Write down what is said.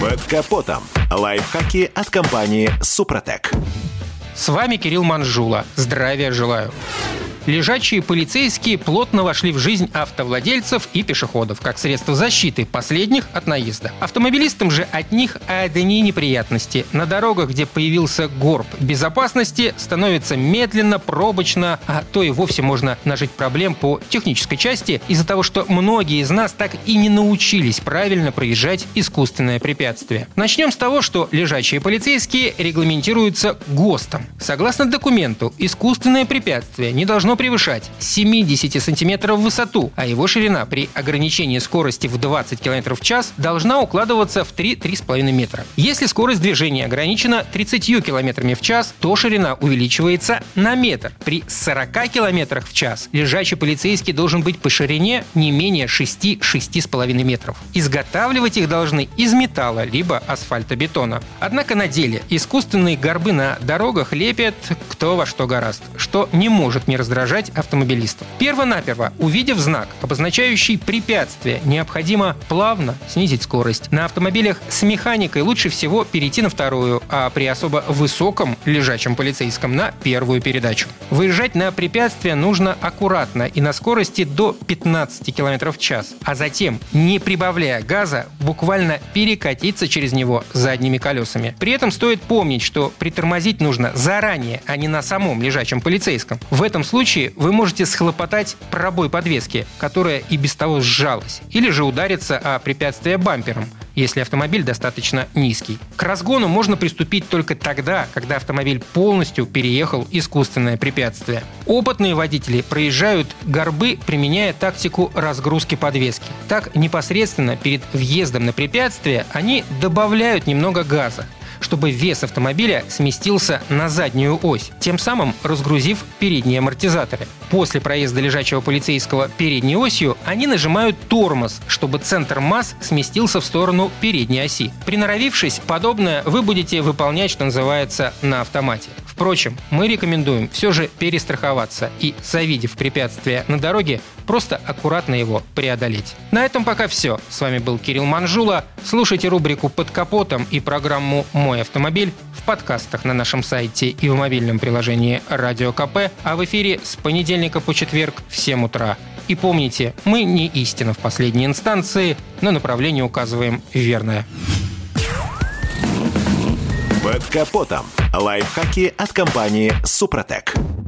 Под капотом. Лайфхаки от компании «Супротек». С вами Кирилл Манжула. Здравия желаю. Лежачие полицейские плотно вошли в жизнь автовладельцев и пешеходов, как средство защиты последних от наезда. Автомобилистам же от них одни неприятности. На дорогах, где появился горб безопасности, становится медленно, пробочно, а то и вовсе можно нажить проблем по технической части из-за того, что многие из нас так и не научились правильно проезжать искусственное препятствие. Начнем с того, что лежачие полицейские регламентируются ГОСТом. Согласно документу, искусственное препятствие не должно превышать 70 сантиметров в высоту, а его ширина при ограничении скорости в 20 км в час должна укладываться в 3-3,5 метра. Если скорость движения ограничена 30 км в час, то ширина увеличивается на метр. При 40 км в час лежачий полицейский должен быть по ширине не менее 6-6,5 метров. Изготавливать их должны из металла либо асфальтобетона. Однако на деле искусственные горбы на дорогах лепят кто во что горазд, что не может не раздражать автомобилистов. Первонаперво, увидев знак, обозначающий препятствие, необходимо плавно снизить скорость. На автомобилях с механикой лучше всего перейти на вторую, а при особо высоком лежачем полицейском на первую передачу. Выезжать на препятствие нужно аккуратно и на скорости до 15 км в час, а затем, не прибавляя газа, буквально перекатиться через него задними колесами. При этом стоит помнить, что притормозить нужно заранее, а не на самом лежачем полицейском. В этом случае вы можете схлопотать пробой подвески, которая и без того сжалась, или же удариться о препятствие бампером, если автомобиль достаточно низкий. К разгону можно приступить только тогда, когда автомобиль полностью переехал искусственное препятствие. Опытные водители проезжают горбы, применяя тактику разгрузки подвески. Так, непосредственно перед въездом на препятствие они добавляют немного газа, чтобы вес автомобиля сместился на заднюю ось, тем самым разгрузив передние амортизаторы. После проезда лежачего полицейского передней осью они нажимают тормоз, чтобы центр масс сместился в сторону передней оси. Приноровившись, подобное вы будете выполнять, что называется, на автомате. Впрочем, мы рекомендуем все же перестраховаться и, завидев препятствие на дороге, просто аккуратно его преодолеть. На этом пока все. С вами был Кирилл Манжула. Слушайте рубрику «Под капотом» и программу «Мой автомобиль» в подкастах на нашем сайте и в мобильном приложении «Радио КП», а в эфире с понедельника по четверг в 7 утра. И помните, мы не истина в последней инстанции, но направление указываем верное. Под капотом. Лайфхаки от компании «Супротек».